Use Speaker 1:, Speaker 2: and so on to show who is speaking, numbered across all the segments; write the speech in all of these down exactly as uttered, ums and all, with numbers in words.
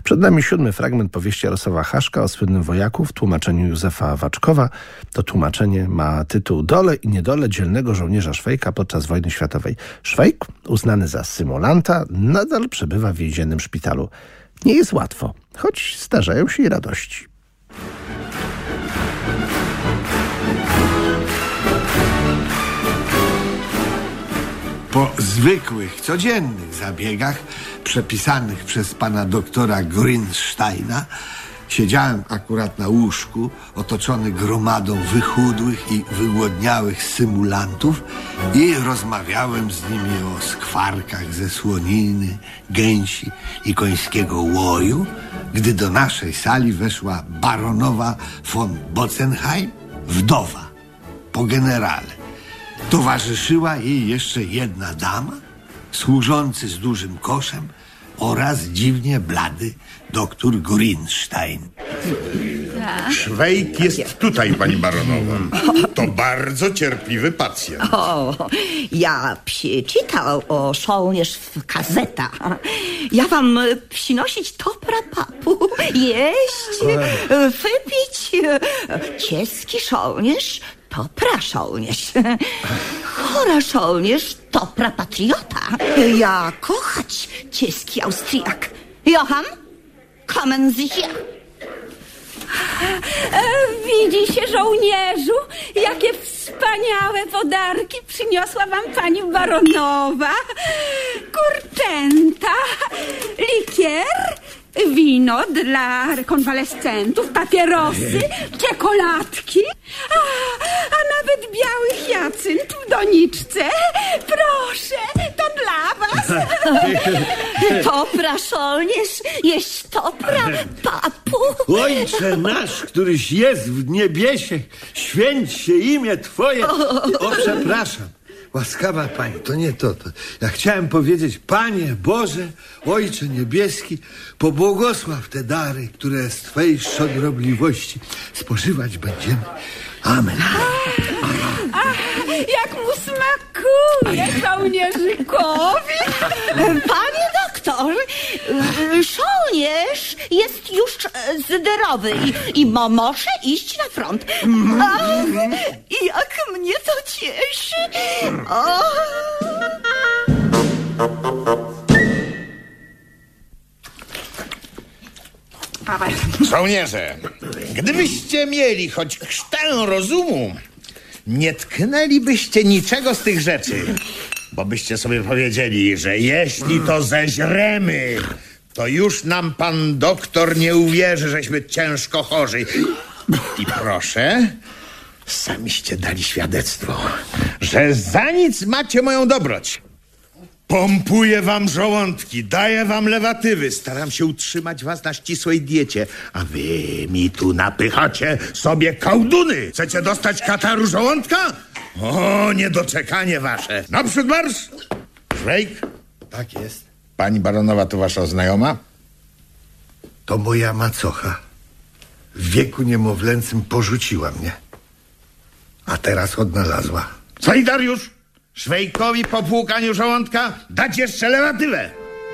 Speaker 1: Przed nami siódmy fragment powieści Jarosława Haszka o słynnym wojaku w tłumaczeniu Józefa Waczkowa. To tłumaczenie ma tytuł Dole i niedole dzielnego żołnierza Szwejka podczas wojny światowej. Szwejk, uznany za symulanta, nadal przebywa w więziennym szpitalu. Nie jest łatwo, choć zdarzają się i radości.
Speaker 2: Po zwykłych, codziennych zabiegach przepisanych przez pana doktora Grünsteina siedziałem akurat na łóżku, otoczony gromadą wychudłych i wygłodniałych symulantów i rozmawiałem z nimi o skwarkach ze słoniny, gęsi i końskiego łoju, gdy do naszej sali weszła baronowa von Bockenheim, wdowa, po generale. Towarzyszyła jej jeszcze jedna dama, służący z dużym koszem oraz dziwnie blady doktor Grünstein.
Speaker 3: Szwejk jest tutaj, pani baronowa. To bardzo cierpliwy pacjent.
Speaker 4: O, ja przeczytał o żołnierz w gazeta. Ja wam przynosić topra papu, jeść, wypić. Czeski żołnierz to prażołnierz. Chora żołnierz to prapatriota. Ja kochać czeski Austriak. Johann, kommen Sie hier.
Speaker 5: Widzi się, żołnierzu, jakie wspaniałe podarki przyniosła wam pani baronowa. Kurczęta, likier, wino dla rekonwalescentów, papierosy, czekoladki, a, a nawet biały hyacynt w doniczce. Proszę, to dla was.
Speaker 4: Topra żołnierz, jeść topra papu.
Speaker 6: Ojcze nasz, któryś jest w niebiesie, święć się imię Twoje. O, przepraszam. Łaskawa Pani, to nie to, to. Ja chciałem powiedzieć, Panie Boże, Ojcze Niebieski, pobłogosław te dary, które z Twojej szczodrobliwości spożywać będziemy. Amen.
Speaker 5: Ach, jak mu smakuje, żołnierzykowi.
Speaker 4: Panie doktor, żołnierz jest już zdrowy i, i mo, może iść na front. Ach, jak mnie to cieszy. O.
Speaker 3: Żołnierze, gdybyście mieli choć krztę rozumu, nie tknęlibyście niczego z tych rzeczy, bo byście sobie powiedzieli, że jeśli to zeźremy, to już nam pan doktor nie uwierzy, żeśmy ciężko chorzy. I proszę, samiście dali świadectwo, że za nic macie moją dobroć. Pompuję wam żołądki, daję wam lewatywy, staram się utrzymać was na ścisłej diecie, a wy mi tu napychacie sobie kołduny. Chcecie dostać kataru żołądka? O, niedoczekanie wasze. Naprzód marsz! Szwejk?
Speaker 2: Tak jest.
Speaker 3: Pani baronowa to wasza znajoma?
Speaker 2: To moja macocha. W wieku niemowlęcym porzuciła mnie. A teraz odnalazła.
Speaker 3: Solidariusz! Szwejkowi po płukaniu żołądka dać jeszcze lewatywę.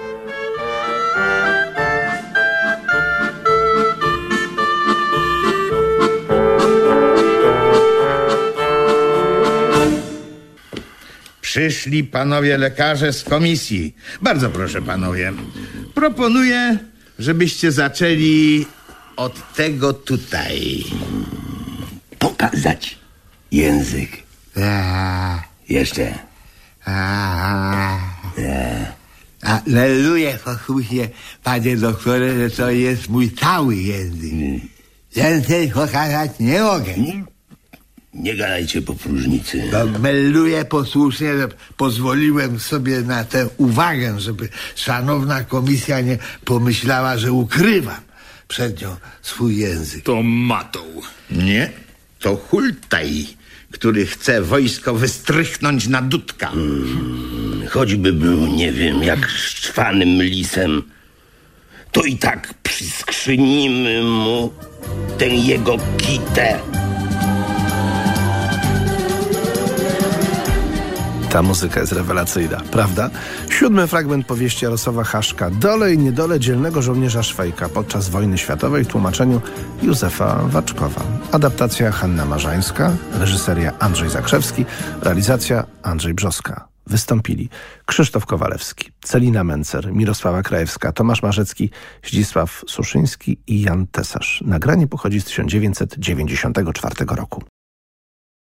Speaker 3: Przyszli panowie lekarze z komisji. Bardzo proszę, panowie. Proponuję, żebyście zaczęli od tego tutaj.
Speaker 7: Pokazać język.
Speaker 2: A,
Speaker 7: Jeszcze.
Speaker 2: a, a, Aleluję, posłuchnie, panie doktorze, że to jest mój cały język. Więcej pokazać nie mogę.
Speaker 7: Nie gadajcie po próżnicy.
Speaker 2: To melduję posłusznie, że pozwoliłem sobie na tę uwagę, żeby szanowna komisja nie pomyślała, że ukrywam przed nią swój język.
Speaker 3: To matą. Nie, to Hultaj, który chce wojsko wystrychnąć na dudka.
Speaker 7: Hmm, choćby był, nie wiem, jak szczwanym lisem, to i tak przyskrzynimy mu tę jego kitę.
Speaker 1: Ta muzyka jest rewelacyjna, prawda? Siódmy fragment powieści Jarosława Haszka. Dole i niedole dzielnego żołnierza Szwejka podczas wojny światowej w tłumaczeniu Józefa Waczkowa. Adaptacja Hanna Marzańska, reżyseria Andrzej Zakrzewski, realizacja Andrzej Brzoska. Wystąpili Krzysztof Kowalewski, Celina Mencer, Mirosława Krajewska, Tomasz Marzecki, Zdzisław Suszyński i Jan Tesarz. Nagranie pochodzi z tysiąc dziewięćset dziewięćdziesiątego czwartego roku.